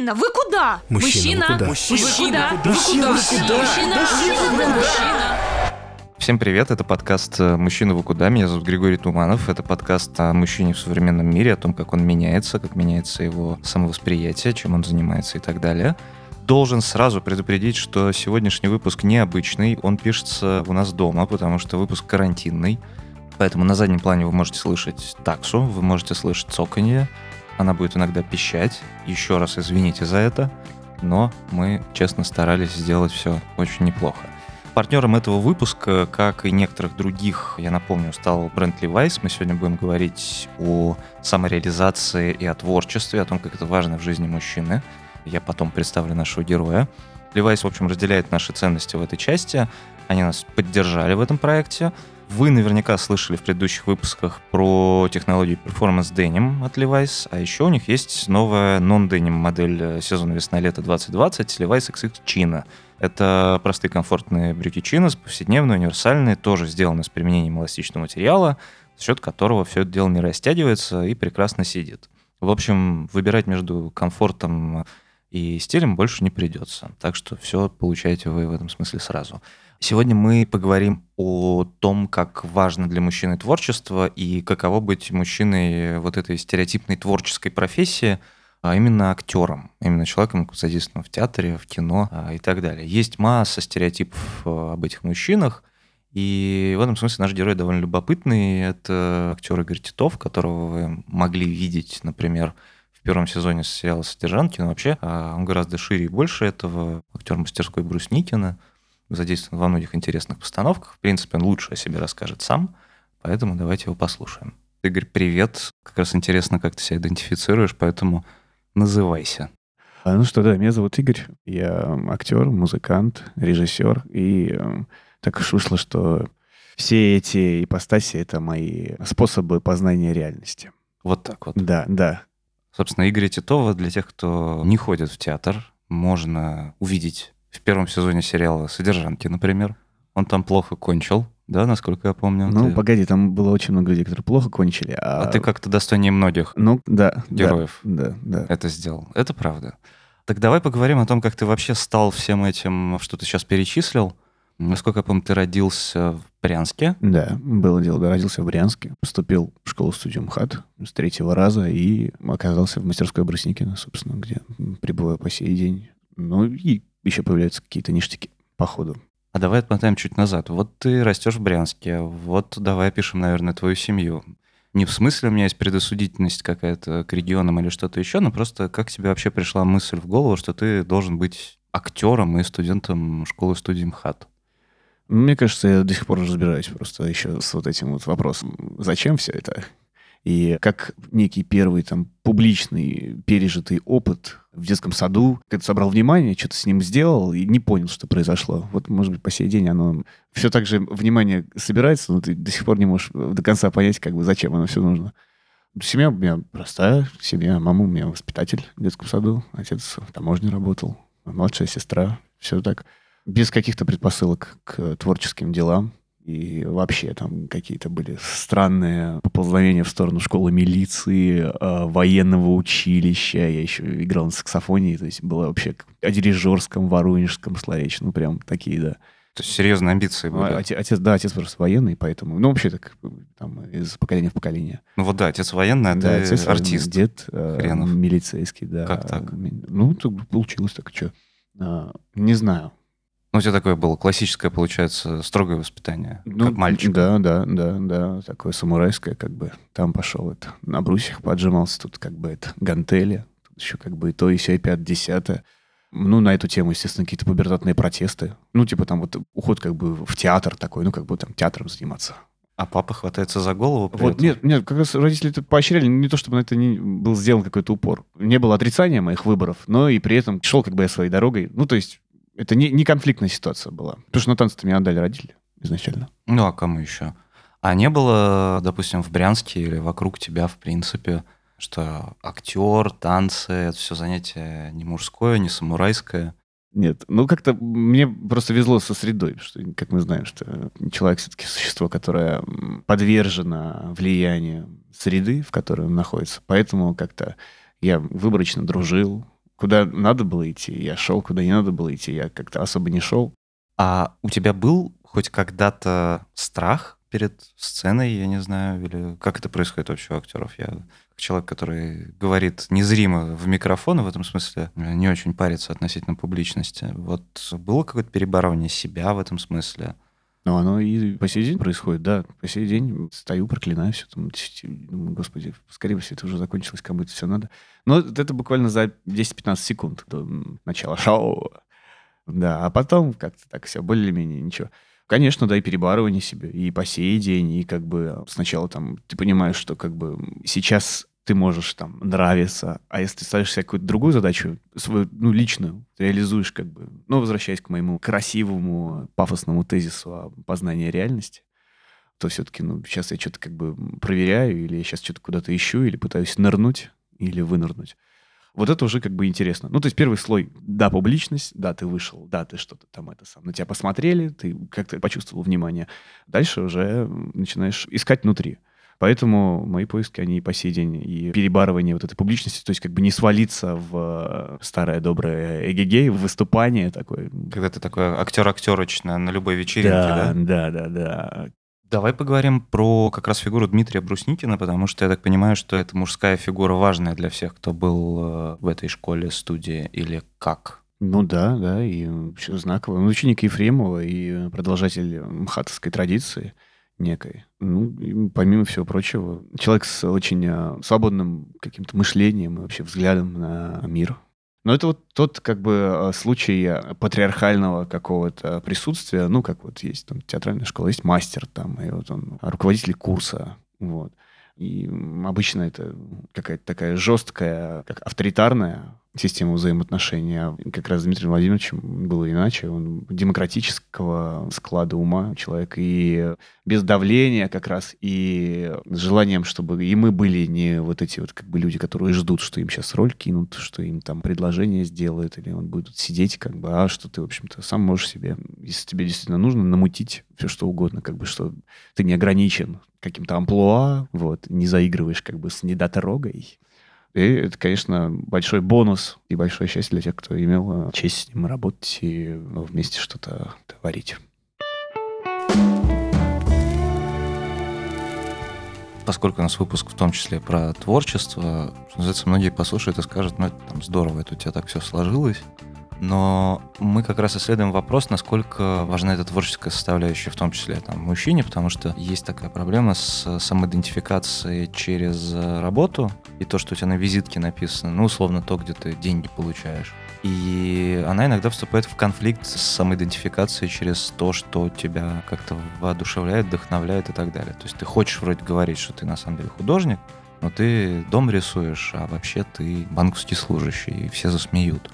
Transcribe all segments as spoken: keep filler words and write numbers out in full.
Мужчина, вы куда? Мужчина, вы куда? Мужчина, вы куда? Мужчина, вы куда? Всем привет, это подкаст «Мужчина, вы куда?». Меня зовут Григорий Туманов. Это подкаст о мужчине в современном мире, о том, как он меняется, как меняется его самовосприятие, чем он занимается и так далее. Должен сразу предупредить, что сегодняшний выпуск необычный. Он пишется у нас дома, потому что выпуск карантинный. Поэтому на заднем плане вы можете слышать таксу, вы можете слышать цоканье. Она будет иногда пищать. Еще раз извините за это, но мы честно старались сделать все очень неплохо. Партнером этого выпуска, как и некоторых других, я напомню, стал бренд Levi's. Мы сегодня будем говорить о самореализации и о творчестве, о том, как это важно в жизни мужчины. Я потом представлю нашего героя. Levi's, в общем, разделяет наши ценности в этой части. Они нас поддержали в этом проекте. Вы наверняка слышали в предыдущих выпусках про технологию Performance Denim от Levi's, а еще у них есть новая non-denim модель сезона весна-лето двадцать двадцать Levi's икс икс Chino. Это простые комфортные брюки чинос, повседневные, универсальные, тоже сделаны с применением эластичного материала, за счет которого все это дело не растягивается и прекрасно сидит. В общем, выбирать между комфортом и стилем больше не придется. Так что все получаете вы в этом смысле сразу. Сегодня мы поговорим о том, как важно для мужчины творчество и каково быть мужчиной вот этой стереотипной творческой профессии, а именно актером, именно человеком, задействованным в театре, в кино и так далее. Есть масса стереотипов об этих мужчинах, и в этом смысле наш герой довольно любопытный. Это актер Игорь Титов, которого вы могли видеть, например, в первом сезоне сериала «Содержанки», но вообще он гораздо шире и больше этого. Актер мастерской Брусникина, задействован во многих интересных постановках. В принципе, он лучше о себе расскажет сам, поэтому давайте его послушаем. Игорь, привет. Как раз интересно, как ты себя идентифицируешь, поэтому называйся. А, ну что, да, меня зовут Игорь. Я актер, музыкант, режиссер. И э, так уж вышло, что все эти ипостаси — это мои способы познания реальности. Вот так вот. Да, да. Собственно, Игоря Титова, для тех, кто не ходит в театр, можно увидеть в первом сезоне сериала «Содержанки», например. Он там плохо кончил, да, насколько я помню. Ну, ты... погоди, там было очень много людей, которые плохо кончили. А, а ты как-то достойнее многих ну, да, героев да, да, да. это сделал. Это правда. Так давай поговорим о том, как ты вообще стал всем этим, что ты сейчас перечислил. Насколько я помню, ты родился в Брянске. Да, было дело, да, родился в Брянске. Поступил в школу-студию МХАТ с третьего раза и оказался в мастерской Брусникина, собственно, где пребываю по сей день. Ну, и еще появляются какие-то ништяки по ходу. А давай отмотаем чуть назад. Вот ты растешь в Брянске, вот давай опишем, наверное, твою семью. Не в смысле у меня есть предосудительность какая-то к регионам или что-то еще, но просто как тебе вообще пришла мысль в голову, что ты должен быть актером и студентом школы-студии МХАТ? Мне кажется, я до сих пор разбираюсь просто еще с вот этим вот вопросом. Зачем все это? И как некий первый там публичный пережитый опыт в детском саду, когда собрал внимание, что-то с ним сделал и не понял, что произошло. Вот, может быть, по сей день оно все так же внимание собирается, но ты до сих пор не можешь до конца понять, как бы, зачем оно все нужно. Семья у меня простая, семья. Мама у меня воспитатель в детском саду, отец в таможне работал, младшая сестра. Все так. Без каких-то предпосылок к творческим делам. И вообще там какие-то были странные поползновения в сторону школы милиции, э, военного училища. Я еще играл на саксофоне, то есть было вообще о дирижерском, воронежском словече. Ну, прям такие, да. То есть серьезные амбиции были? А, отец, отец, да, отец просто военный, поэтому... Ну, вообще так там из поколения в поколение. Ну вот да, отец военный, а да, ты отец артист. Дед э, Хренов. Милицейский, да. Как так? Ну, так получилось так, что. А, не знаю. Ну, у тебя такое было классическое, получается, строгое воспитание, Ну, как мальчик. Да, да, да, да, такое самурайское, как бы. Там пошел это, на брусьях поджимался, тут как бы это гантели, тут еще как бы и то, и сё, и пятое-десятое. Ну, на эту тему, естественно, какие-то пубертатные протесты. Ну, типа там вот уход как бы в театр такой, ну, как бы там театром заниматься. А папа хватается за голову при Вот, этом? нет, нет, как раз родители это поощряли, не то чтобы на это не был сделан какой-то упор. Не было отрицания моих выборов, но и при этом шел как бы я своей дорогой. Ну, то есть это не, не конфликтная ситуация была. Потому что на танцы-то меня отдали родители изначально. Ну, а кому еще? А не было, допустим, в Брянске или вокруг тебя, в принципе, что актер, танцы, это все занятие не мужское, не самурайское? Нет, ну как-то мне просто везло со средой, что, как мы знаем, что человек все-таки существо, которое подвержено влиянию среды, в которой он находится. Поэтому как-то я выборочно дружил, куда надо было идти, я шел, куда не надо было идти, я как-то особо не шел. А у тебя был хоть когда-то страх перед сценой, я не знаю, или как это происходит вообще у актеров? Я как человек, который говорит незримо в микрофон, в этом смысле не очень парится относительно публичности. Вот было какое-то перебарывание себя в этом смысле? Но оно и по сей день происходит, да. По сей день стою, проклинаю все. Там, думаю, господи, скорее бы все это уже закончилось, кому это все надо. Но это буквально за десять-пятнадцать секунд до начала шоу. Да, а потом как-то так все более-менее ничего. Конечно, да, и перебарывание себе, и по сей день, и как бы сначала там ты понимаешь, что как бы сейчас ты можешь там нравиться, а если ты ставишь себе какую-то другую задачу, свою, ну, личную, реализуешь как бы, ну, возвращаясь к моему красивому, пафосному тезису о познании реальности, то все-таки, ну, сейчас я что-то как бы проверяю, или я сейчас что-то куда-то ищу, или пытаюсь нырнуть, или вынырнуть. Вот это уже как бы интересно. Ну, то есть первый слой, да, публичность, да, ты вышел, да, ты что-то там это сам, на тебя посмотрели, ты как-то почувствовал внимание. Дальше уже начинаешь искать внутри. Поэтому мои поиски, они и по сей день, и перебарывание вот этой публичности, то есть как бы не свалиться в старое доброе эгегей, в выступание такое. Когда ты такой актер-актерочно на любой вечеринке, да? Да, да, да, да. Давай поговорим про как раз фигуру Дмитрия Брусникина, потому что я так понимаю, что это мужская фигура важная для всех, кто был в этой школе, студии, или как? Ну да, да, и все знаково. Он ученик Ефремова и продолжатель мхатовской традиции некой. Ну, и помимо всего прочего, человек с очень а, свободным каким-то мышлением и вообще взглядом на мир. Но это вот тот, как бы, случай патриархального какого-то присутствия, ну, как вот есть там театральная школа, есть мастер там, и вот он руководитель курса, вот. И обычно это какая-то такая жесткая, как авторитарная система взаимоотношений. А как раз с Дмитрием Владимировичем было иначе. Он демократического склада ума человек. И без давления как раз, и с желанием, чтобы и мы были не вот эти вот как бы люди, которые ждут, что им сейчас роль кинут, что им там предложение сделают, или он будет сидеть как бы, а что ты, в общем-то, сам можешь себе, если тебе действительно нужно, намутить все что угодно, как бы, что ты не ограничен каким-то амплуа, вот, не заигрываешь как бы с недоторогой. И это, конечно, большой бонус и большое счастье для тех, кто имел честь с ним работать и вместе что-то творить. Поскольку у нас выпуск в том числе про творчество, что называется, многие послушают и скажут, ну, это там здорово, это у тебя так все сложилось. Но мы как раз исследуем вопрос, насколько важна эта творческая составляющая, в том числе там, мужчине, потому что есть такая проблема с самоидентификацией через работу и то, что у тебя на визитке написано, ну, условно, то, где ты деньги получаешь. И она иногда вступает в конфликт с самоидентификацией через то, что тебя как-то воодушевляет, вдохновляет и так далее. То есть ты хочешь вроде говорить, что ты на самом деле художник, но ты дом рисуешь, а вообще ты банковский служащий, и все засмеют.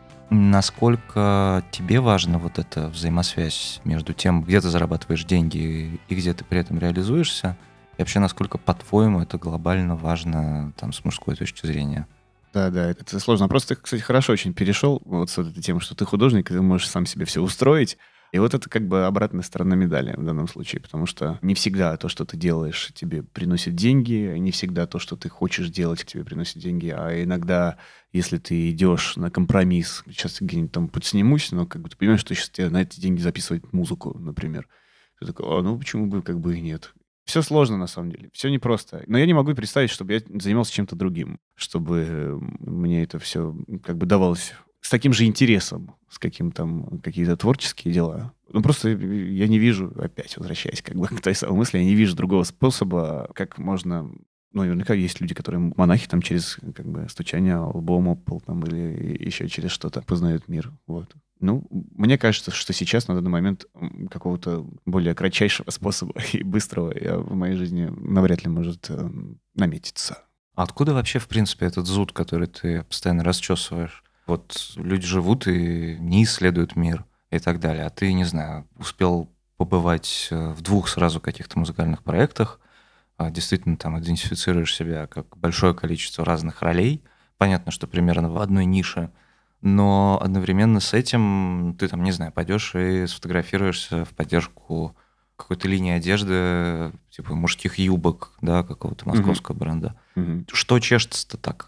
Насколько тебе важна вот эта взаимосвязь между тем, где ты зарабатываешь деньги и где ты при этом реализуешься? И вообще, насколько, по-твоему, это глобально важно там, с мужской точки зрения? Да, да, это сложно. Просто ты, кстати, хорошо очень перешел вот с этой темы, что ты художник, и ты можешь сам себе все устроить. И вот это как бы обратная сторона медали в данном случае, потому что не всегда то, что ты делаешь, тебе приносит деньги, не всегда то, что ты хочешь делать, тебе приносит деньги, а иногда, если ты идешь на компромисс, сейчас где-нибудь там подснимусь, но как бы ты понимаешь, что сейчас тебе на эти деньги записывать музыку, например. Ты такой, а ну почему бы как бы и нет? Все сложно, на самом деле. Все непросто. Но я не могу представить, чтобы я занимался чем-то другим, чтобы мне это все как бы давалось с таким же интересом, с каким там какие-то творческие дела. Ну, просто я не вижу, опять возвращаясь как бы к той самой мысли, я не вижу другого способа, как можно... Ну, наверняка есть люди, которые монахи там через как бы стучание лбом об пол там, или еще через что-то познают мир. Вот. Ну, мне кажется, что сейчас, на данный момент, какого-то более кратчайшего способа и быстрого в моей жизни навряд ли может э, наметиться. А откуда вообще, в принципе, этот зуд, который ты постоянно расчесываешь? Вот люди живут и не исследуют мир и так далее. А ты, не знаю, успел побывать в двух сразу каких-то музыкальных проектах, действительно там идентифицируешь себя как большое количество разных ролей. Понятно, что примерно в одной нише, но одновременно с этим ты там, не знаю, пойдешь и сфотографируешься в поддержку какой-то линии одежды, типа мужских юбок, да, какого-то московского mm-hmm. бренда. Mm-hmm. Что чешется-то так?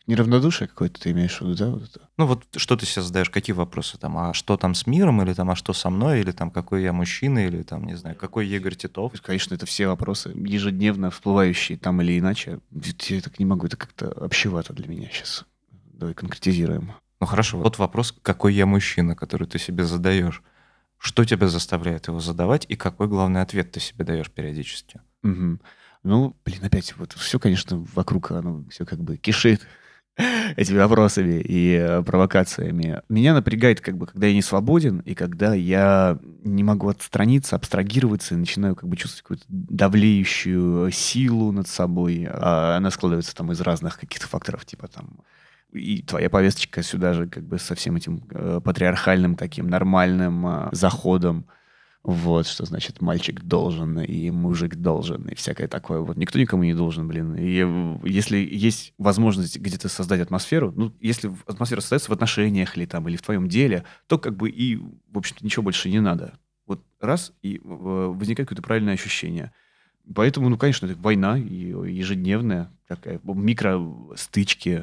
Неравнодушие какое-то ты имеешь в виду, да? Вот это? Ну вот что ты себе задаешь, какие вопросы там? А что там с миром? Или там, а что со мной? Или там, какой я мужчина? Или там, не знаю, какой Игорь Титов? Конечно, это все вопросы, ежедневно всплывающие там или иначе. Я так не могу, это как-то общевато для меня сейчас. Давай конкретизируем. Ну хорошо, вот вопрос, какой я мужчина, который ты себе задаешь. Что тебя заставляет его задавать, и какой главный ответ ты себе даешь периодически? Угу. Ну, блин, опять вот все, конечно, вокруг, оно все как бы кишит этими вопросами и э, провокациями. Меня напрягает, как бы, когда я не свободен, и когда я не могу отстраниться, абстрагироваться, и начинаю как бы чувствовать какую-то давлеющую силу над собой. А она складывается там из разных каких-то факторов, типа там и твоя повесточка сюда же как бы со всем этим э, патриархальным таким нормальным э, заходом. Вот, что значит мальчик должен, и мужик должен, и всякое такое. Вот никто никому не должен, блин. И э, если есть возможность где-то создать атмосферу, ну, если атмосфера создается в отношениях или там, или в твоем деле, то как бы и, в общем-то, ничего больше не надо. Вот раз, и э, возникает какое-то правильное ощущение. Поэтому, ну, конечно, это война и ежедневная, такая микростычки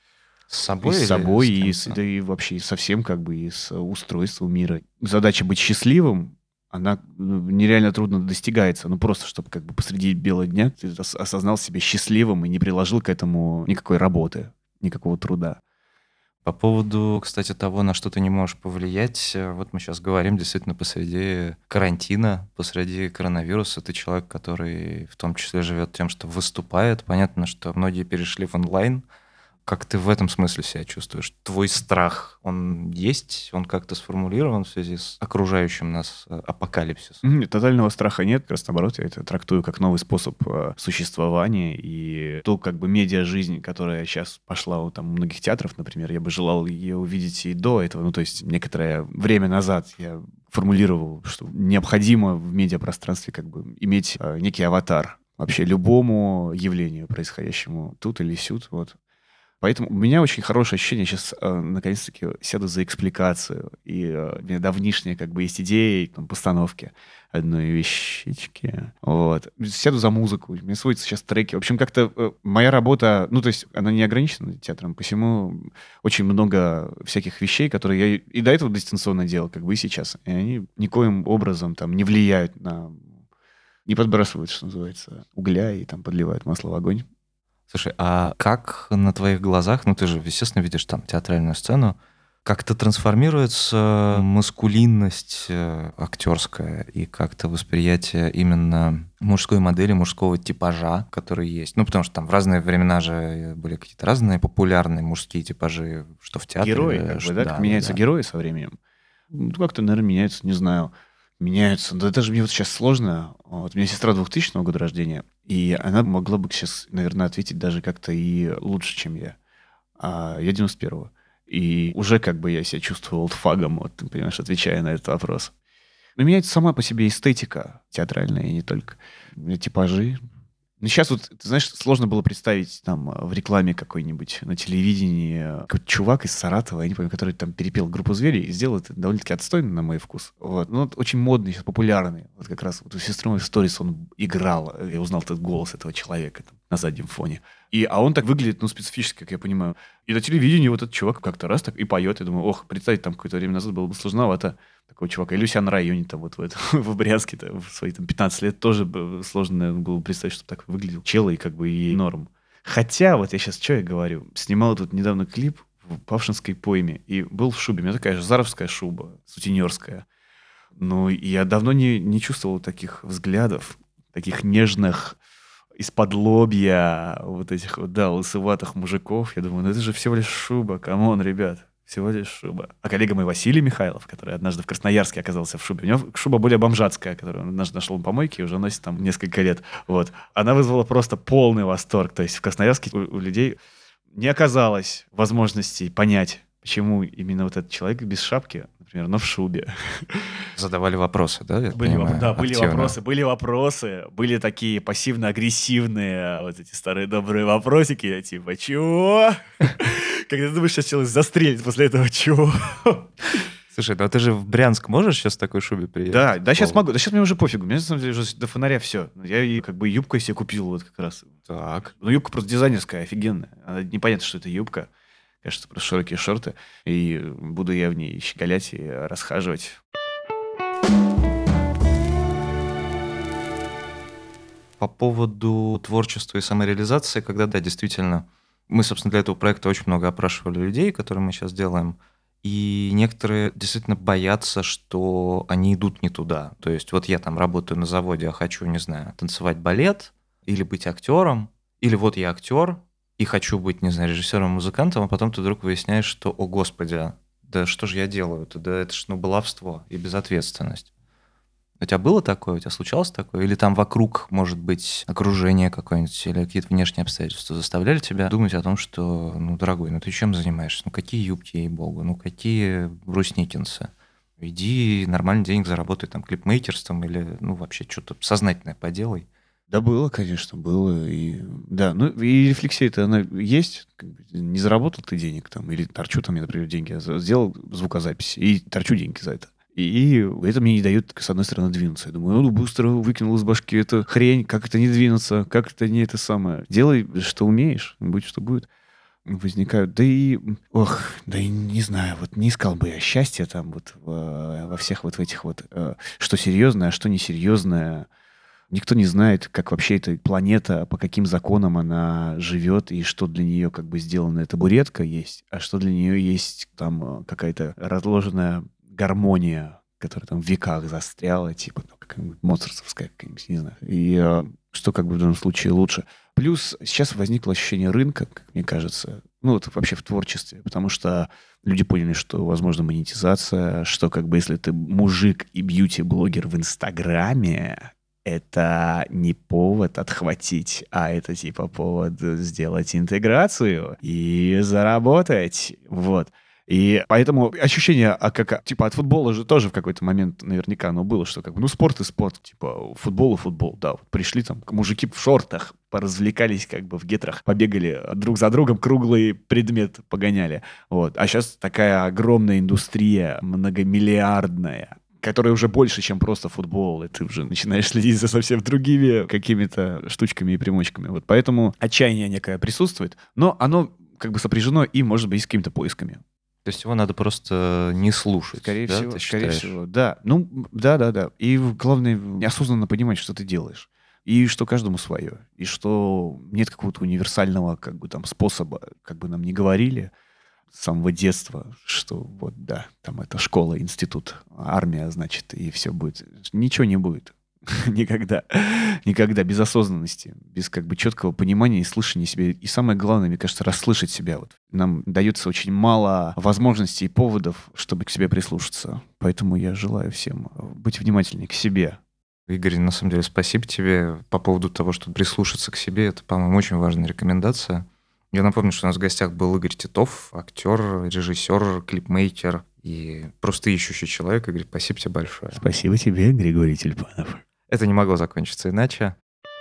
С собой и с или собой, с и, с- кем-то? да и вообще и со всем как бы, и с устройством мира. Задача быть счастливым, она ну, нереально трудно достигается. Ну, просто чтобы как бы посреди бела дня ты ос- осознал себя счастливым и не приложил к этому никакой работы, никакого труда. По поводу, кстати, того, на что ты не можешь повлиять, э, вот мы сейчас говорим действительно посреди карантина, посреди коронавируса. Ты человек, который в том числе живет тем, что выступает. Понятно, что многие перешли в онлайн. Как ты в этом смысле себя чувствуешь? Твой страх, он есть? Он как-то сформулирован в связи с окружающим нас э, апокалипсисом? Мгм. Тотального страха нет, как раз наоборот, я это трактую как новый способ э, существования, и ту как бы медиа-жизнь, которая сейчас пошла у там многих театров, например, я бы желал ее увидеть и до этого, ну то есть некоторое время назад я формулировал, что необходимо в медиапространстве как бы иметь э, некий аватар вообще любому явлению, происходящему тут или сюд, вот. Поэтому у меня очень хорошее ощущение, сейчас э, наконец-таки сяду за экспликацию. И э, у меня давнишняя как бы есть идеи, там, постановки одной вещички. Вот. Сяду за музыку. У меня сводятся сейчас треки. В общем, как-то э, моя работа, ну, то есть она не ограничена театром, посему очень много всяких вещей, которые я и и до этого дистанционно делал, как бы и сейчас. И они никоим образом там не влияют на... не подбрасывают, что называется, угля и там подливают масло в огонь. Слушай, а как на твоих глазах, ну ты же, естественно, видишь там театральную сцену, как-то трансформируется маскулинность э, актерская и как-то восприятие именно мужской модели, мужского типажа, который есть? Ну, потому что там в разные времена же были какие-то разные популярные мужские типажи, что в театре. Герои, как что- бы, да, да, как да, меняются да. герои со временем. Ну, как-то, наверное, меняются, не знаю. Меняются. Да даже мне вот сейчас сложно. Вот у меня сестра двухтысячного года рождения, и она могла бы сейчас, наверное, ответить даже как-то и лучше, чем я. А я девяносто первого. И уже как бы я себя чувствовал олдфагом, вот, ты понимаешь, отвечая на этот вопрос. Но меняется сама по себе эстетика театральная, и не только. У меня типажи. Ну, сейчас вот, ты знаешь, сложно было представить там э, в рекламе какой-нибудь на телевидении э, какой-то чувак из Саратова, я не помню, который там перепел группу «Звери» и сделал это довольно-таки отстойно, на мой вкус. Вот. Ну, вот очень модный, сейчас популярный. Вот как раз вот у сестры моей в сторис он играл. Я узнал этот голос этого человека там, на заднем фоне. И, а он так выглядит, ну, специфически, как я понимаю. И на телевидении вот этот чувак как-то раз так и поет. Я думаю, ох, представить там какое-то время назад было бы сложновато такого чувака. Или у себя на районе, там, вот в, этом, в Брянске, там, в свои там, пятнадцать лет тоже бы сложно, наверное, было бы представить, что так выглядел чел и как бы и норм. Хотя, вот я сейчас что я говорю, снимал тут недавно клип в Павшинской пойме и был в шубе. У меня такая же заровская шуба, сутенерская. Ну, и я давно не, не чувствовал таких взглядов, таких нежных, из-под лобья вот этих вот, да, лысоватых мужиков. Я думаю, ну это же всего лишь шуба, камон, ребят. Всего лишь шуба. А коллега мой Василий Михайлов, который однажды в Красноярске оказался в шубе, у него шуба более бомжатская, которую он однажды нашел на помойке и уже носит там несколько лет. Вот. Она вызвала просто полный восторг. То есть в Красноярске у, у людей не оказалось возможности понять, почему именно вот этот человек без шапки, например, но в шубе. Задавали вопросы, да? Я Были, понимаю, воп- да, были активно? вопросы, были вопросы, были такие пассивно-агрессивные вот эти старые добрые вопросики, типа, чего? Когда ты думаешь, сейчас человек застрелит после этого, чего? Слушай, ну а ты же в Брянск можешь сейчас в такой шубе приехать? Да, да, сейчас О. могу. Да сейчас мне уже пофигу. Мне, на самом деле, уже до фонаря все. Я и как бы юбку себе купил вот как раз. Так. Ну, юбка просто дизайнерская, офигенная. Она, непонятно, что это юбка. Кажется, просто широкие шорты. И буду я в ней щеголять и расхаживать. По поводу творчества и самореализации, когда, да, действительно, мы, собственно, для этого проекта очень много опрашивали людей, которые мы сейчас делаем, и некоторые действительно боятся, что они идут не туда. То есть вот я там работаю на заводе, а хочу, не знаю, танцевать балет или быть актером, или вот я актер и хочу быть, не знаю, режиссером, музыкантом, а потом ты вдруг выясняешь, что, о господи, да что же я делаю? Да это ж ну, баловство и безответственность. У тебя было такое? У тебя случалось такое? Или там вокруг, может быть, окружение какое-нибудь или какие-то внешние обстоятельства заставляли тебя думать о том, что, ну, дорогой, ну ты чем занимаешься? Ну, какие юбки, ей-богу? Ну, какие брусникинсы? Иди нормально денег заработай там клипмейкерством или, ну, вообще что-то сознательное поделай. Да, было, конечно, было. И, да, ну и рефлексия-то она есть. Как бы, не заработал ты денег там, или торчу там, я, например, деньги, я сделал звукозапись и торчу деньги за это. И это мне не дает, с одной стороны, двинуться. Я думаю, ну, быстро выкинул из башки эту хрень, как это не двинуться, как это не это самое. Делай, что умеешь, будь что будет. Возникают, да и, ох, да и не знаю, вот не искал бы я счастья там вот во, во всех вот этих вот, что серьезное, а что несерьезное. Никто не знает, как вообще эта планета, по каким законам она живет, и что для нее как бы сделана табуретка есть, а что для нее есть там какая-то разложенная гармония, которая там в веках застряла, типа ну, какая-нибудь моцартовская, какая-нибудь, не знаю. И э, что как бы в данном случае лучше. Плюс сейчас возникло ощущение рынка, как мне кажется, ну вот вообще в творчестве, потому что люди поняли, что возможна монетизация, что как бы если ты мужик и бьюти-блогер в Инстаграме, это не повод отхватить, а это типа повод сделать интеграцию и заработать. Вот. И поэтому ощущение, а как, типа, от футбола же тоже в какой-то момент наверняка оно было, что как бы, ну, спорт и спорт, типа, футбол и футбол, да, вот пришли там мужики в шортах, поразвлекались как бы в гетрах, побегали друг за другом, круглый предмет погоняли, вот. А сейчас такая огромная индустрия, многомиллиардная, которая уже больше, чем просто футбол, и ты уже начинаешь следить за совсем другими какими-то штучками и примочками, вот. Поэтому отчаяние некое присутствует, но оно как бы сопряжено и, может быть, с какими-то поисками. То есть его надо просто не слушать. Скорее да, всего, ты скорее считаешь? всего, да. Ну, да-да-да. И главное, неосознанно понимать, что ты делаешь. И что каждому свое. И что нет какого-то универсального как бы там способа, как бы нам не говорили с самого детства, что вот, да, там это школа, институт, армия, значит, и все будет. Ничего не будет. Никогда. Никогда. Без осознанности. Без как бы четкого понимания и слышания себя. И самое главное, мне кажется, расслышать себя. Вот. Нам дается очень мало возможностей и поводов, чтобы к себе прислушаться. Поэтому я желаю всем быть внимательнее к себе. Игорь, на самом деле, спасибо тебе по поводу того, что прислушаться к себе. Это, по-моему, очень важная рекомендация. Я напомню, что у нас в гостях был Игорь Титов, актер, режиссер, клипмейкер и просто ищущий человек. Игорь, спасибо тебе большое. Спасибо тебе, Григорий Тюльпанов. Это не могло закончиться иначе.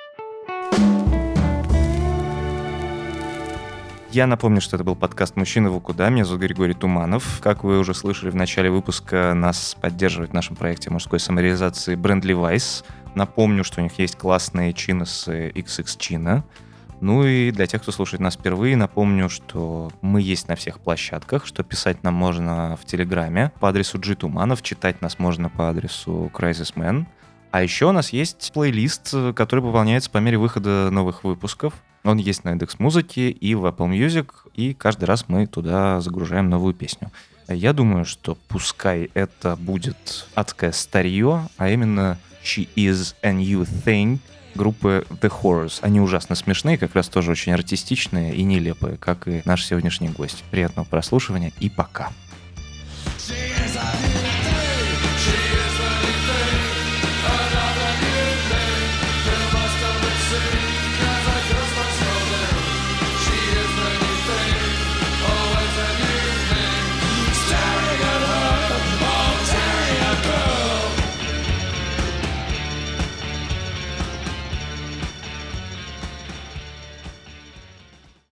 Я напомню, что это был подкаст «Мужчина в Вукуда». Меня зовут Григорий Туманов. Как вы уже слышали в начале выпуска, нас поддерживает в нашем проекте мужской самореализации бренд Levi's. Напомню, что у них есть классные чиносы икс икс Chino. Ну и для тех, кто слушает нас впервые, напомню, что мы есть на всех площадках, что писать нам можно в Телеграме по адресу G Туманов, читать нас можно по адресу Crisisman. А еще у нас есть плейлист, который пополняется по мере выхода новых выпусков. Он есть на Яндекс.Музыке и в Apple Music, и каждый раз мы туда загружаем новую песню. Я думаю, что пускай это будет адское старье, а именно «She is a new thing» группы The Horrors. Они ужасно смешные, как раз тоже очень артистичные и нелепые, как и наш сегодняшний гость. Приятного прослушивания и пока. She is a